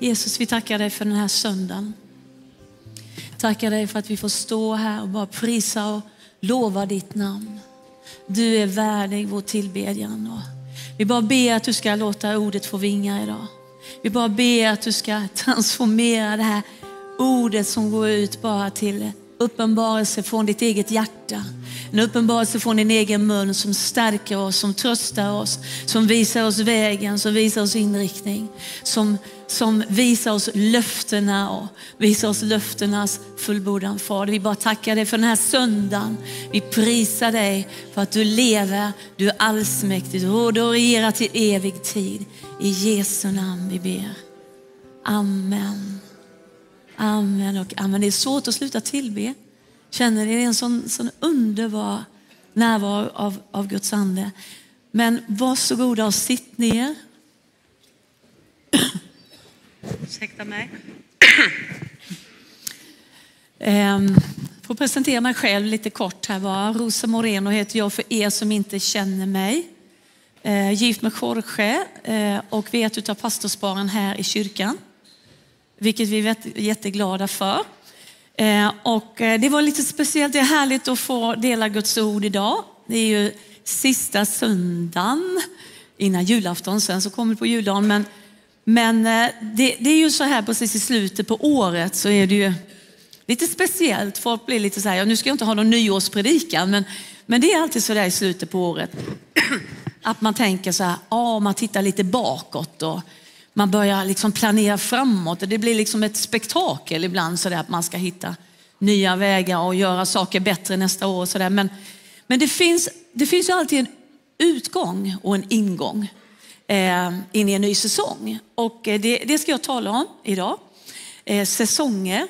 Jesus, vi tackar dig för den här söndagen. Tackar dig för att vi får stå här och bara prisa och lova ditt namn. Du är värdig vår tillbedjan. Och vi bara ber att du ska låta ordet få vingar idag. Vi bara ber att du ska transformera det här ordet som går ut bara till uppenbarelse från ditt eget hjärta. En uppenbarelse från din egen mun som stärker oss, som tröstar oss, som visar oss vägen, som visar oss inriktning, som visar oss löftena och visar oss löftenas fullbordan. Fader, vi bara tackar dig för den här söndagen. Vi prisar dig för att du lever, du är allsmäktig, du råder och regerar till evig tid. I Jesu namn vi ber. Amen. Amen och amen. Det är svårt att sluta tillbe. Känner det är en sån underbar närvaro av Guds ande. Men varsågoda och sitt ner. Ursäkta mig. Får presentera mig själv lite kort här bara. Rosa Moreno heter jag för er som inte känner mig. Gift med Jorge och vi är ett utav pastorsparen här i kyrkan. Vilket vi är jätteglada för. Och det var lite speciellt, det är härligt att få dela Guds ord idag. Det är ju sista söndagen innan julafton, sen så kommer det på juldagen. Men det är ju så här precis i slutet på året så är det ju lite speciellt. Folk blir lite så här, nu ska jag inte ha någon nyårspredikan, men det är alltid så där i slutet på året. Att man tänker så här, man tittar lite bakåt och man börjar liksom planera framåt. Och det blir liksom ett spektakel ibland så där att man ska hitta nya vägar och göra saker bättre nästa år. Så där. Men det finns ju alltid en utgång och en ingång in i en ny säsong. Och det ska jag tala om idag. Säsonger.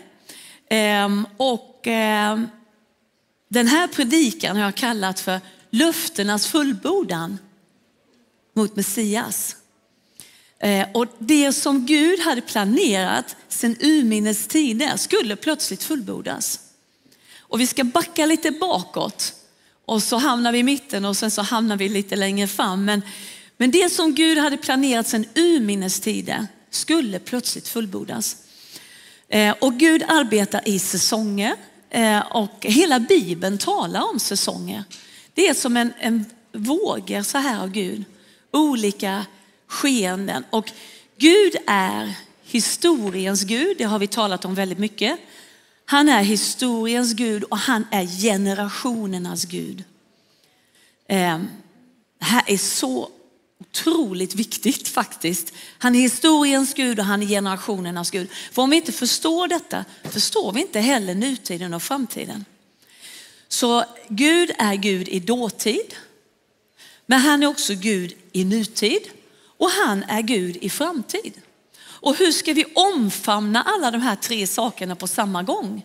Den här predikan har jag kallat för löftenas fullbordan mot Messias. Och det som Gud hade planerat sedan urminnes tider skulle plötsligt fullbordas. Och vi ska backa lite bakåt och så hamnar vi i mitten och sen så hamnar vi lite längre fram. Men det som Gud hade planerat sedan urminnes tider skulle plötsligt fullbordas. Och Gud arbetar i säsonger och hela Bibeln talar om säsonger. Det är som en vågor så här av Gud. Olika skeenden. Och Gud är historiens Gud, det har vi talat om väldigt mycket. Han är historiens Gud och han är generationernas Gud. Det här är så otroligt viktigt faktiskt. Han är historiens Gud och han är generationernas Gud. För om vi inte förstår detta, förstår vi inte heller nutiden och framtiden. Så Gud är Gud i dåtid, men han är också Gud i nutid. Och han är Gud i framtid. Och hur ska vi omfamna alla de här tre sakerna på samma gång?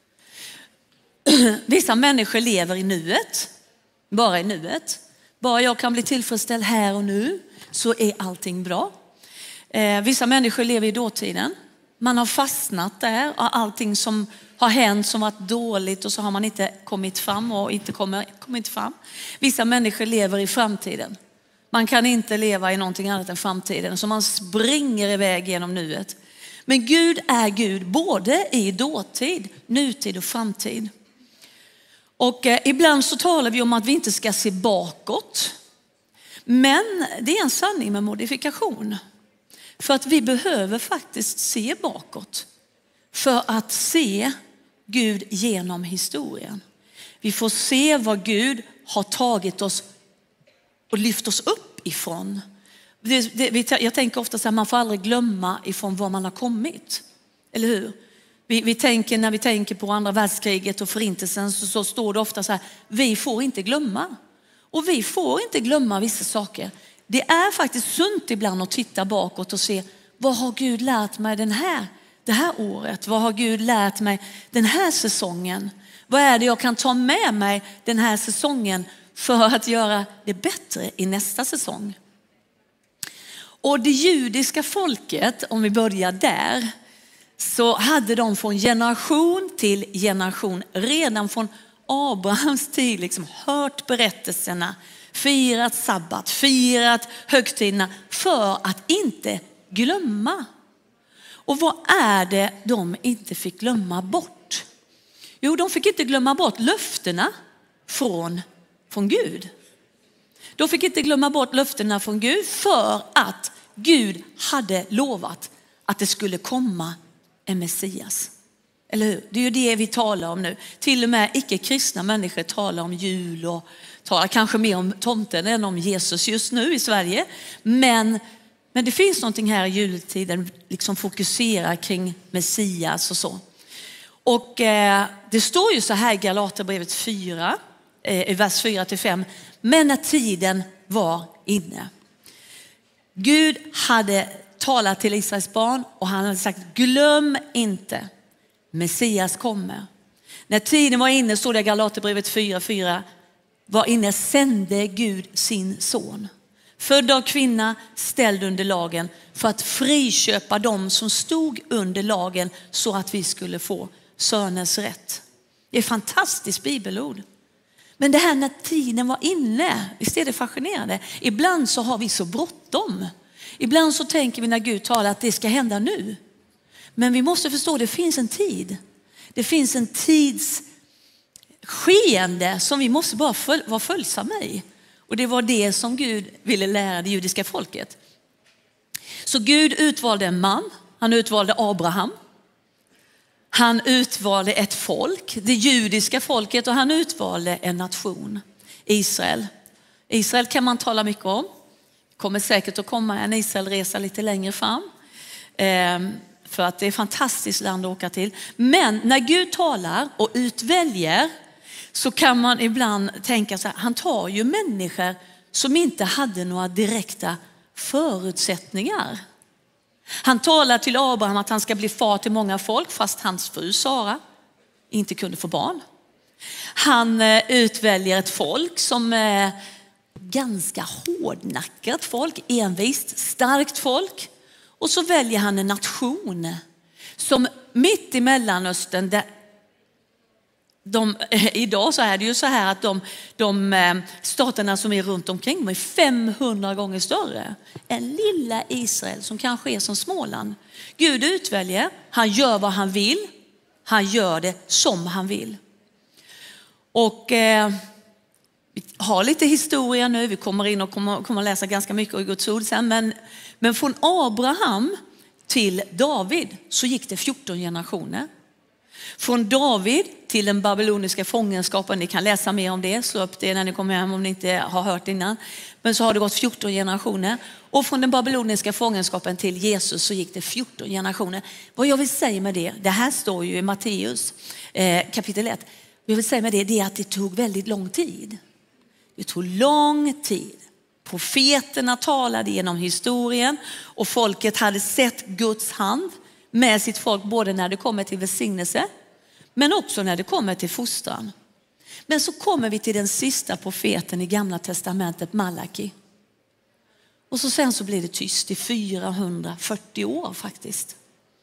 Vissa människor lever i nuet. Bara i nuet. Bara jag kan bli tillfredsställd här och nu så är allting bra. Vissa människor lever i dåtiden. Man har fastnat där. Allting som har hänt som varit dåligt och så har man inte kommit fram och inte kommit fram. Vissa människor lever i framtiden. Man kan inte leva i någonting annat än framtiden. Så man springer iväg genom nuet. Men Gud är Gud både i dåtid, nutid och framtid. Och ibland så talar vi om att vi inte ska se bakåt. Men det är en sanning med modifikation. För att vi behöver faktiskt se bakåt. För att se Gud genom historien. Vi får se vad Gud har tagit oss och lyft oss upp ifrån. Jag tänker ofta så här, man får aldrig glömma ifrån var man har kommit. Eller hur? När vi tänker på andra världskriget och förintelsen så står det ofta så här, vi får inte glömma. Och vi får inte glömma vissa saker. Det är faktiskt sunt ibland att titta bakåt och se, vad har Gud lärt mig det här året? Vad har Gud lärt mig den här säsongen? Vad är det jag kan ta med mig den här säsongen för att göra det bättre i nästa säsong? Och det judiska folket, om vi börjar där, så hade de från generation till generation, redan från Abrahams tid, liksom hört berättelserna, firat sabbat, firat högtiderna för att inte glömma. Och vad är det de inte fick glömma bort? Jo, de fick inte glömma bort löftena från Gud. De fick inte glömma bort löftena från Gud för att Gud hade lovat att det skulle komma en Messias. Eller hur? Det är ju det vi talar om nu. Till och med icke-kristna människor talar om jul och talar kanske mer om tomten än om Jesus just nu i Sverige. Men det finns någonting här i jultiden, liksom fokuserar kring Messias och så. Och det står ju så här i Galaterbrevet 4, i vers 4-5. Men när tiden var inne. Gud hade talat till Israels barn och han hade sagt, glöm inte, Messias kommer. När tiden var inne, står det i Galaterbrevet 4:4, var inne, sände Gud sin son. Född av kvinna, ställd under lagen, för att friköpa dem som stod under lagen så att vi skulle få söners rätt. Det är ett fantastiskt bibelord. Men det här när tiden var inne, visst är det fascinerande. Ibland så har vi så bråttom. Ibland så tänker vi när Gud talar att det ska hända nu. Men vi måste förstå att det finns en tid. Det finns en tidsskeende som vi måste bara vara följsamma i. Och det var det som Gud ville lära det judiska folket. Så Gud utvalde en man. Han utvalde Abraham. Han utvalde ett folk, det judiska folket, och han utvalde en nation, Israel. Israel kan man tala mycket om. Kommer säkert att komma en Israelresa lite längre fram. För att det är ett fantastiskt land att åka till. Men när Gud talar och utväljer så kan man ibland tänka så här, han tar ju människor som inte hade några direkta förutsättningar. Han talar till Abraham att han ska bli far till många folk fast hans fru Sara inte kunde få barn. Han utväljer ett folk som är ganska hårdnackat folk, envist, starkt folk. Och så väljer han en nation som mitt i Mellanöstern, där idag så är det ju så här att de staterna som är runt omkring är 500 gånger större än lilla Israel som kanske är som Småland. Gud utväljer, han gör vad han vill, han gör det som han vill. Och vi har lite historia nu, vi kommer in och kommer läsa ganska mycket i Guds ord sen. Men från Abraham till David så gick det 14 generationer. Från David till den babyloniska fångenskapen, ni kan läsa mer om det, slå upp det när ni kommer hem om ni inte har hört innan. Men så har det gått 14 generationer. Och från den babyloniska fångenskapen till Jesus så gick det 14 generationer. Vad jag vill säga med det här står ju i Matteus kapitel 1. Vad jag vill säga med det är att det tog väldigt lång tid. Det tog lång tid. Profeterna talade genom historien och folket hade sett Guds hand med sitt folk både när det kommer till välsignelse men också när det kommer till fostran. Men så kommer vi till den sista profeten i Gamla testamentet, Malaki. Och sen så blir det tyst i 440 år faktiskt.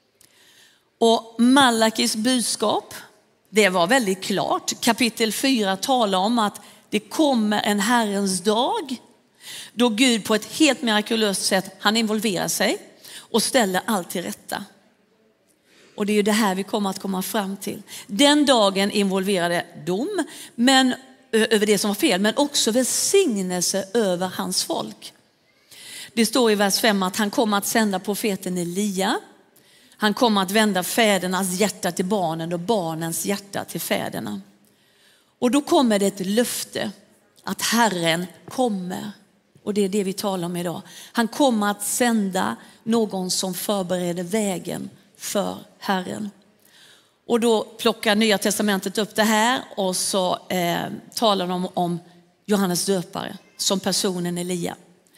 Och Malakis budskap, det var väldigt klart. Kapitel 4 talar om att det kommer en Herrens dag då Gud på ett helt mirakulöst sätt, han involverar sig och ställer allt till rätta. Och det är ju det här vi kommer att komma fram till. Den dagen involverade dom men över det som var fel, men också välsignelse över hans folk. Det står i vers 5 att han kommer att sända profeten Elia. Han kommer att vända fädernas hjärta till barnen och barnens hjärta till fäderna. Och då kommer det ett löfte att Herren kommer. Och det är det vi talar om idag. Han kommer att sända någon som förbereder vägen för Herren. Och då plockar Nya testamentet upp det här och så talar de om Johannes döpare som personen Elia.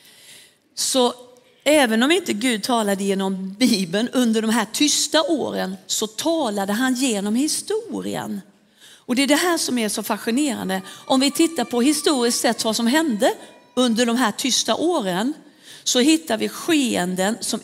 Så även om inte Gud talade genom Bibeln under de här tysta åren så talade han genom historien. Och det är det här som är så fascinerande. Om vi tittar på historiskt sett vad som hände under de här tysta åren så hittar vi skeenden som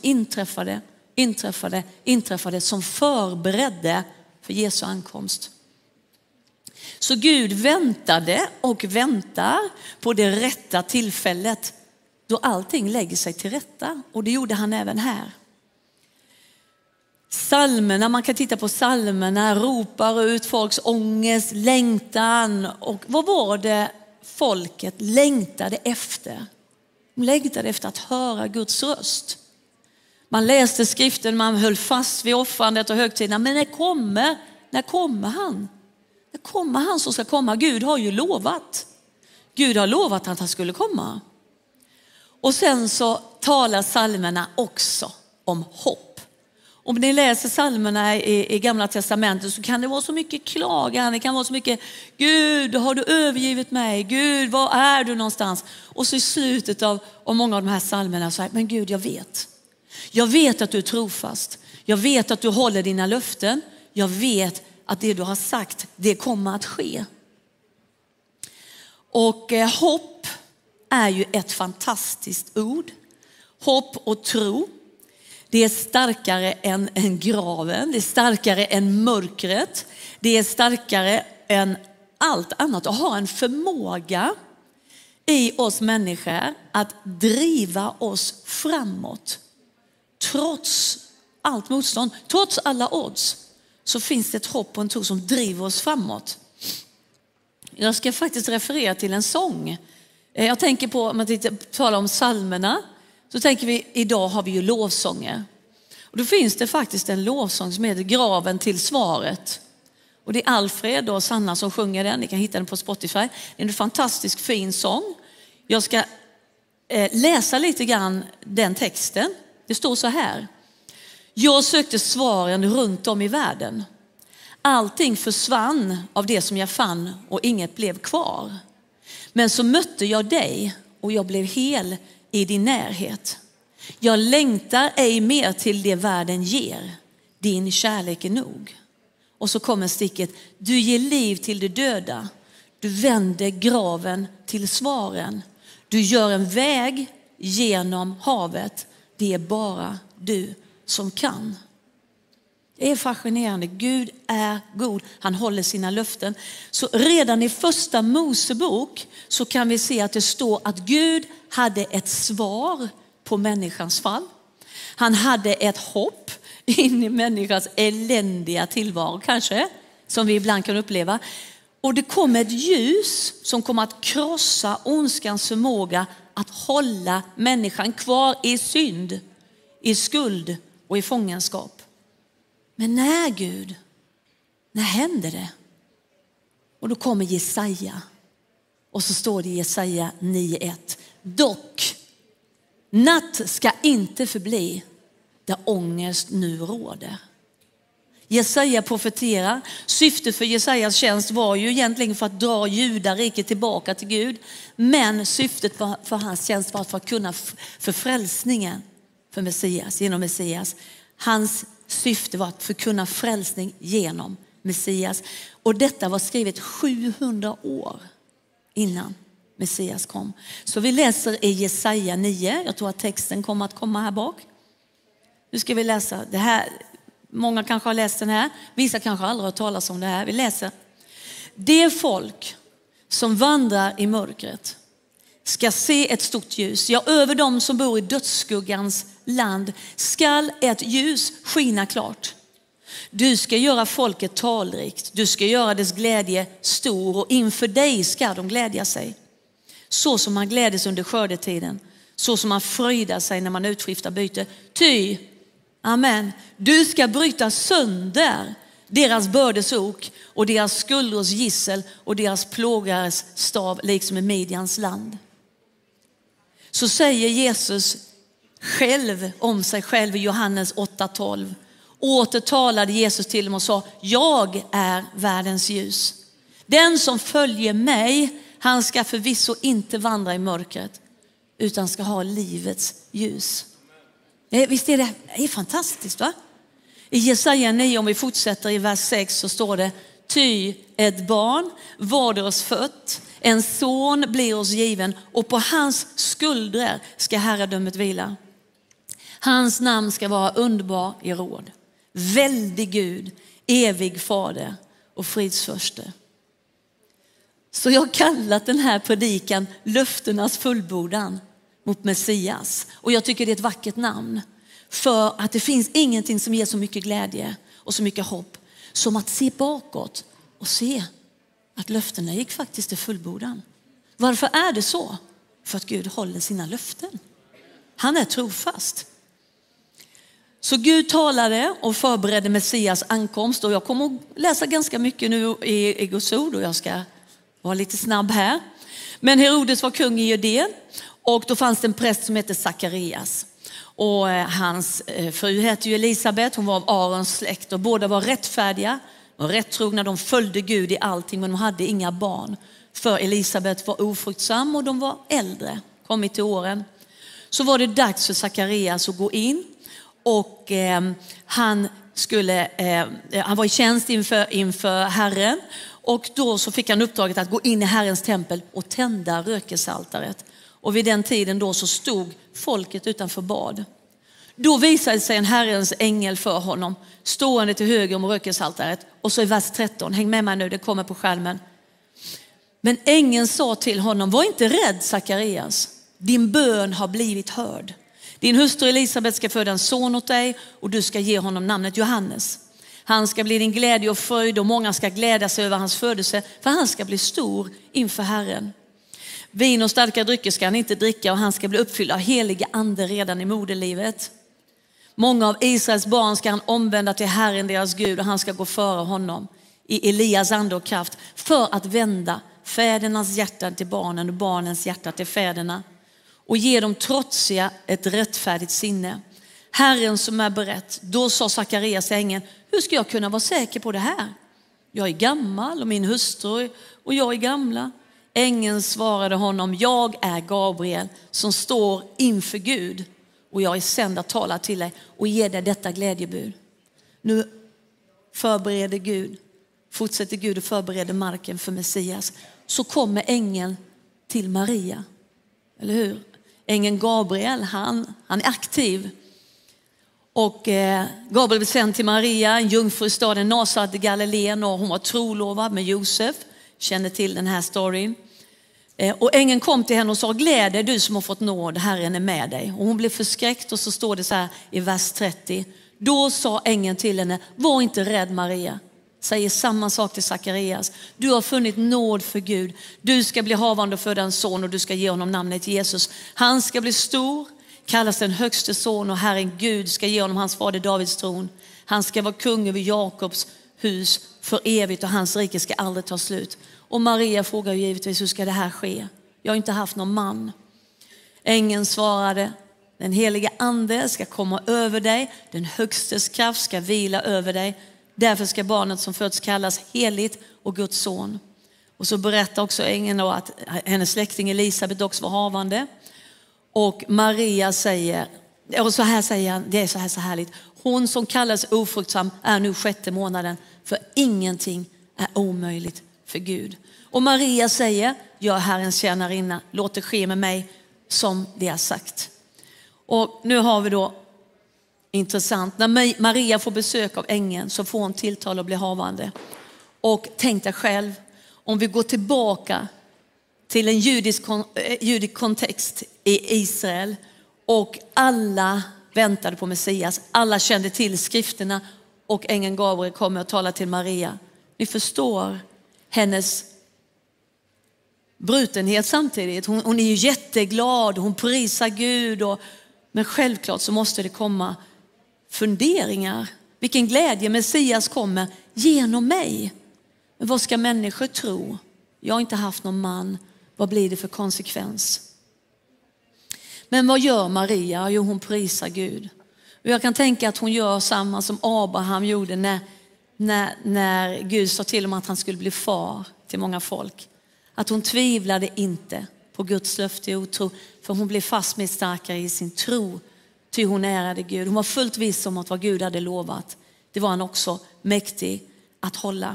inträffade som förberedde för Jesu ankomst. Så Gud väntade och väntar på det rätta tillfället då allting lägger sig till rätta. Och det gjorde han även här. Psalmerna, man kan titta på psalmerna, ropar ut folks ångest, längtan. Och vad var det folket längtade efter? De längtade efter att höra Guds röst. Man läste skriften, man höll fast vid offrandet och högtiderna. Men när kommer han? När kommer han som ska komma? Gud har ju lovat. Gud har lovat att han skulle komma. Och sen så talar psalmerna också om hopp. Om ni läser psalmerna i Gamla testamentet så kan det vara så mycket klagan. Det kan vara så mycket, Gud, har du övergivit mig? Gud, var är du någonstans? Och så i slutet av många av de här psalmerna så här, men Gud, jag vet. Jag vet att du är trofast. Jag vet att du håller dina löften. Jag vet att det du har sagt, det kommer att ske. Och hopp är ju ett fantastiskt ord. Hopp och tro. Det är starkare än graven. Det är starkare än mörkret. Det är starkare än allt annat. Och har en förmåga i oss människor att driva oss framåt. Trots allt motstånd, trots alla odds, så finns det ett hopp och en tro som driver oss framåt. Jag ska faktiskt referera till en sång. Jag tänker på, om man talar om psalmerna, så tänker vi, idag har vi ju lovsånger. Och då finns det faktiskt en lovsång som heter Graven till svaret. Och det är Alfred och Sanna som sjunger den. Ni kan hitta den på Spotify. Det är en fantastisk fin sång. Jag ska läsa lite grann den texten. Det står så här. Jag sökte svaren runt om i världen. Allting försvann av det som jag fann och inget blev kvar. Men så mötte jag dig och jag blev hel i din närhet. Jag längtar ej mer till det världen ger. Din kärlek är nog. Och så kommer sticket. Du ger liv till de döda. Du vänder graven till svaren. Du gör en väg genom havet. Det är bara du som kan. Det är fascinerande. Gud är god. Han håller sina löften. Så redan i första Mosebok så kan vi se att det står att Gud hade ett svar på människans fall. Han hade ett hopp in i människans eländiga tillvaro kanske, som vi ibland kan uppleva. Och det kom ett ljus som kom att krossa ondskans förmåga att hålla människan kvar i synd, i skuld och i fångenskap. Men när hände det? Och då kommer Jesaja. Och så står det i Jesaja 9:1. Dock, natt ska inte förbli där ångest nu råder. Jesaja profeterar. Syftet för Jesajas tjänst var ju egentligen för att dra judariket tillbaka till Gud. Men syftet för hans tjänst var för att kunna för frälsningen för Messias, genom Messias. Hans syfte var att förkunna frälsning genom Messias. Och detta var skrivet 700 år innan Messias kom. Så vi läser i Jesaja 9. Jag tror att texten kommer att komma här bak. Nu ska vi läsa det här. Många kanske har läst den här. Vissa kanske aldrig har talat om det här. Vi läser. Det folk som vandrar i mörkret ska se ett stort ljus. Ja, över dem som bor i dödsskuggans land skall ett ljus skina klart. Du ska göra folket talrikt. Du ska göra dess glädje stor och inför dig ska de glädja sig. Så som man glädjes under skördetiden. Så som man fröjdar sig när man utskiftar byte. Ty, amen, du ska bryta sönder deras bördesok och deras skuldrors gissel och deras plågares stav liksom i Midjans land. Så säger Jesus själv om sig själv i Johannes 8:12. Åter talade Jesus till dem och sa, jag är världens ljus. Den som följer mig, han ska förvisso inte vandra i mörkret utan ska ha livets ljus. Visst är det är fantastiskt, va? I Jesaja 9, om vi fortsätter i vers 6, så står det, ty ett barn var oss fött, en son blir oss given och på hans skuldror ska herradömet vila. Hans namn ska vara underbar i råd, väldig Gud, evig fader och fridsförste. Så jag har kallat den här predikan löftenas fullbordan mot Messias. Och jag tycker det är ett vackert namn. För att det finns ingenting som ger så mycket glädje och så mycket hopp som att se bakåt och se att löftena gick faktiskt till fullbordan. Varför är det så? För att Gud håller sina löften. Han är trofast. Så Gud talade och förberedde Messias ankomst. Och jag kommer att läsa ganska mycket nu i Guds ord och jag ska vara lite snabb här. Men Herodes var kung i Judeen och då fanns det en präst som hette Sakarias. Och hans fru hette ju Elisabet, hon var av Arons släkt och båda var rättfärdiga och rättrogna. De följde Gud i allting men de hade inga barn. För Elisabet var ofruktsam och de var äldre, kommit till åren. Så var det dags för Sakarias att gå in och han var i tjänst inför Herren. Och då så fick han uppdraget att gå in i Herrens tempel och tända rökelsaltaret. Och vid den tiden då så stod folket utanför bad. Då visade sig en Herrens ängel för honom stående till höger om rökelsaltaret. Och så i vers 13, häng med mig nu, det kommer på skärmen. Men ängeln sa till honom, var inte rädd Sakarias, din bön har blivit hörd. Din hustru Elisabet ska föda en son åt dig och du ska ge honom namnet Johannes. Han ska bli din glädje och fröjd och många ska glädja sig över hans födelse för han ska bli stor inför Herren. Vin och starka drycker ska han inte dricka och han ska bli uppfylld av heliga ande redan i moderlivet. Många av Israels barn ska han omvända till Herren deras Gud och han ska gå före honom i Elias ande och kraft för att vända fädernas hjärtan till barnen och barnens hjärta till fäderna och ge dem trotsiga ett rättfärdigt sinne. Herren som är berett. Då sa Sakarias till ängeln, hur ska jag kunna vara säker på det här? Jag är gammal och min hustru och jag är gamla. Ängeln svarade honom, jag är Gabriel som står inför Gud och jag är sänd att tala till dig och ge dig detta glädjebud. Nu fortsätter Gud och förbereder marken för Messias. Så kommer ängeln till Maria, eller hur? Ängeln Gabriel, han är aktiv. Och Gabriel blev sänd till Maria, en jungfru i staden Nasaret i Galileen och hon var trolovad med Josef. Känner till den här storyn. Och ängeln kom till henne och sa, gläd dig du som har fått nåd, Herren är med dig. Och hon blev förskräckt och så står det så här i vers 30. Då sa ängeln till henne, var inte rädd Maria. Säger samma sak till Sakarias. Du har funnit nåd för Gud. Du ska bli havande och föda en son och du ska ge honom namnet Jesus. Han ska bli stor, kallas den högste son och Herren Gud ska ge honom hans fader Davids tron. Han ska vara kung över Jakobs hus för evigt och hans rike ska aldrig ta slut. Och Maria frågar ju givetvis, hur ska det här ske? Jag har inte haft någon man. Ängeln svarade, den heliga ande ska komma över dig. Den högstes kraft ska vila över dig. Därför ska barnet som föds kallas heligt och Guds son. Och så berättar också ängeln då att hennes släkting Elisabet också var havande. Och Maria säger, och så här säger han, det är så härligt. Hon som kallas ofruktsam är nu 6:e månaden. För ingenting är omöjligt för Gud. Och Maria säger, jag är Herrens tjänarinna, låt det ske med mig som det har sagt. Och nu har vi då, intressant, när Maria får besök av ängeln så får hon tilltal att bli havande. Och tänk dig själv, om vi går tillbaka till en judisk kontext i Israel och alla väntade på Messias, alla kände till skrifterna och ängeln Gabriel kommer och talar till Maria. Ni förstår hennes brutenhet samtidigt. Hon är ju jätteglad, hon prisar Gud men självklart så måste det komma funderingar. Vilken glädje, Messias kommer genom mig. Men vad ska människor tro? Jag har inte haft någon man. Vad blir det för konsekvens? Men vad gör Maria? Jo, hon prisar Gud. Och jag kan tänka att hon gör samma som Abraham gjorde när Gud sa till honom att han skulle bli far till många folk. Att hon tvivlade inte på Guds löfte och otro, för hon blev fast med starkare i sin tro. Ty hon ärade Gud. Hon var fullt viss om att vad Gud hade lovat, det var han också mäktig att hålla.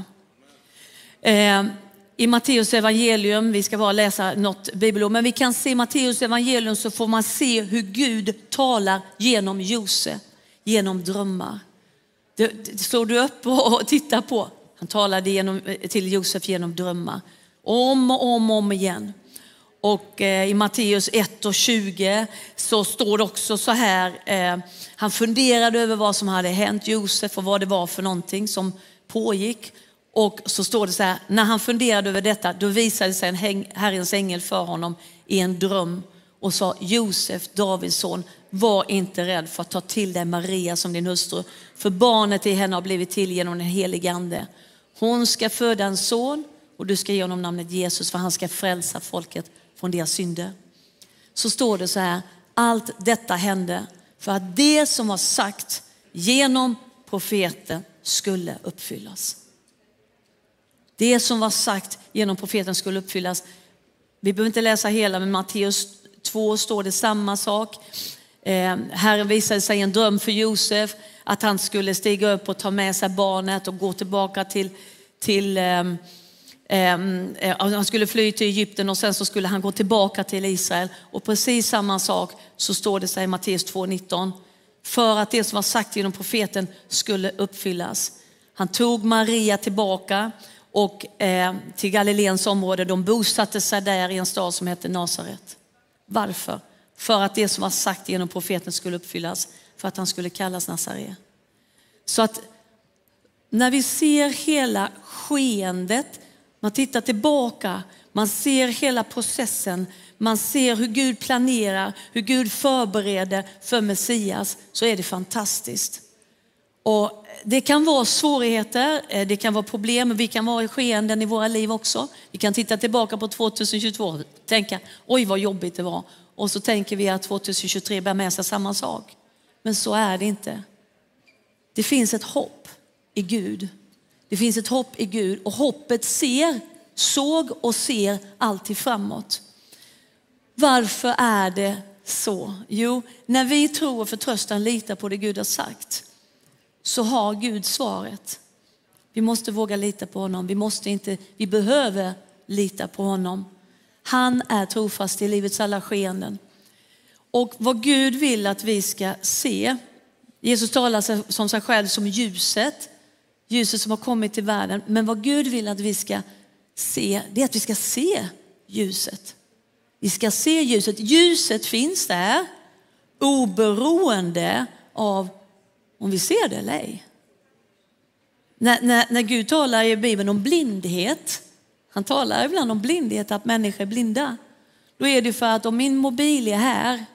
I Matteus evangelium, vi ska bara läsa något bibelord, men vi kan se i Matteus evangelium så får man se hur Gud talar genom Josef, genom drömmar. Det slår du upp och tittar på. Han talade till Josef genom drömmar. Om och om igen. Och i Matteus 1:20 så står det också så här. Han funderade över vad som hade hänt Josef och vad det var för någonting som pågick. Och så står det så här, när han funderade över detta, då visade sig en Herrens ängel för honom i en dröm och sa: Josef, Davids son, var inte rädd för att ta till dig Maria som din hustru, för barnet i henne har blivit till genom den helige ande. Hon ska föda en son och du ska ge honom namnet Jesus, för han ska frälsa folket från deras synder. Så står det så här, allt detta hände för att det som var sagt genom profeten skulle uppfyllas. Det som var sagt genom profeten skulle uppfyllas. Vi behöver inte läsa hela, men Matteus 2 står det samma sak. Herren visade sig en dröm för Josef att han skulle stiga upp och ta med sig barnet och gå tillbaka han skulle fly till Egypten och sen så skulle han gå tillbaka till Israel. Och precis samma sak så står det sig i Matteus 2:19. För att det som var sagt genom profeten skulle uppfyllas. Han tog Maria tillbaka och till Galileens område. De bosatte sig där i en stad som heter Nasaret. Varför? För att det som var sagt genom profeten skulle uppfyllas. För att han skulle kallas Nasaret. Så att när vi ser hela skeendet, man tittar tillbaka, man ser hela processen, man ser hur Gud planerar, hur Gud förbereder för Messias, så är det fantastiskt. Och det kan vara svårigheter, det kan vara problem, vi kan vara i skeenden i våra liv också. Vi kan titta tillbaka på 2022 och tänka, oj vad jobbigt det var. Och så tänker vi att 2023 bär med sig samma sak. Men så är det inte. Det finns ett hopp i Gud. Det finns ett hopp i Gud och hoppet såg och ser alltid framåt. Varför är det så? Jo, när vi tror och förtröstar litar på det Gud har sagt, så har Gud svaret. Vi måste våga lita på honom. Vi behöver lita på honom. Han är trofast i livets alla skeenden. Och vad Gud vill att vi ska se. Jesus talar som sig själv som ljuset. Ljuset som har kommit till världen. Men vad Gud vill att vi ska se, det är att vi ska se ljuset. Vi ska se ljuset. Ljuset finns där oberoende av om vi ser det eller ej. När Gud talar i Bibeln om blindhet, han talar ibland om blindhet, att människor är blinda. Då är det för att om min mobil är här,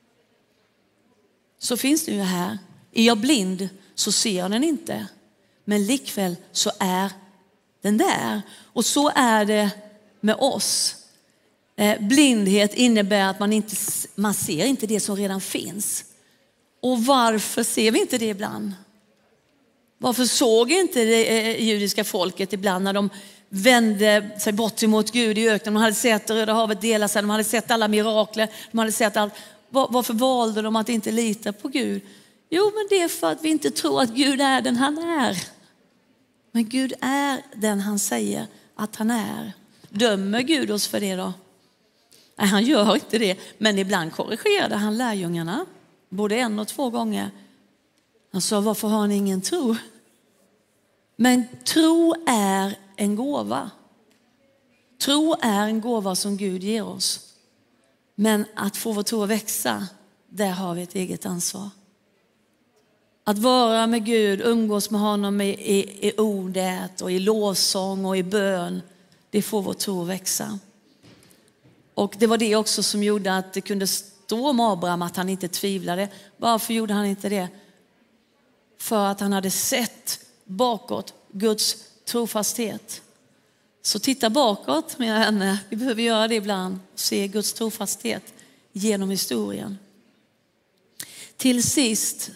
så finns det ju här. Är jag blind så ser jag den inte. Men likväl så är den där. Och så är det med oss. Blindhet innebär att man ser inte det som redan finns. Och varför ser vi inte det ibland? Varför såg inte det judiska folket ibland när de vände sig bort emot Gud i öknen? De hade sett Röda havet dela sig, de hade sett alla mirakler, de hade sett allt. Varför valde de att inte lita på Gud? Jo, men det är för att vi inte tror att Gud är den han är. Men Gud är den han säger att han är. Dömer Gud oss för det då? Nej, han gör inte det. Men ibland korrigerade han lärjungarna. Både 1 och 2 gånger. Han sa, varför har ni ingen tro? Men tro är en gåva. Tro är en gåva som Gud ger oss. Men att få vår tro att växa, där har vi ett eget ansvar. Att vara med Gud, umgås med honom i ordet och i lovsång och i bön, det får vår tro att växa. Och det var det också som gjorde att det kunde stå om Abraham att han inte tvivlade. Varför gjorde han inte det? För att han hade sett bakåt Guds trofasthet. Så titta bakåt, mina vänner. Vi behöver göra det ibland. Se Guds trofasthet genom historien. Till sist,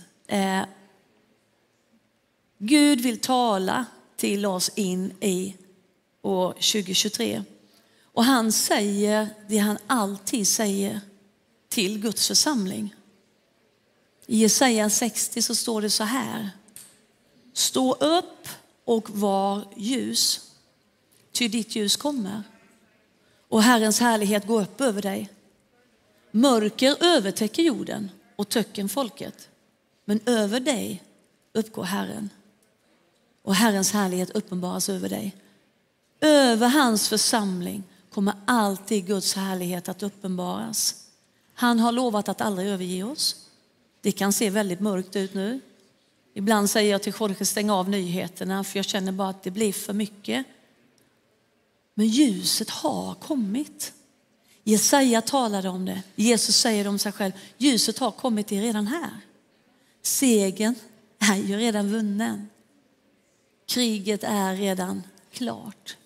Gud vill tala till oss in i år 2023. Och han säger det han alltid säger till Guds församling. I Jesaja 60 så står det så här. Stå upp och var ljus, ty ditt ljus kommer. Och Herrens härlighet går upp över dig. Mörker övertäcker jorden och töcken folket. Men över dig uppgår Herren. Och Herrens härlighet uppenbaras över dig. Över hans församling kommer alltid Guds härlighet att uppenbaras. Han har lovat att aldrig överge oss. Det kan se väldigt mörkt ut nu. Ibland säger jag till Jorge, stäng av nyheterna för jag känner bara att det blir för mycket. Men ljuset har kommit. Jesaja talade om det. Jesus säger om sig själv, ljuset har kommit, det är redan här. Segern är ju redan vunnen. Kriget är redan klart.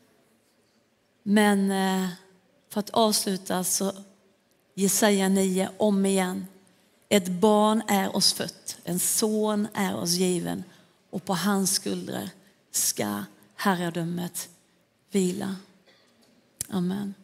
Men för att avsluta så Jesaja 9 om igen. Ett barn är oss fött, en son är oss given och på hans skuldror ska herradömet vila. Amen.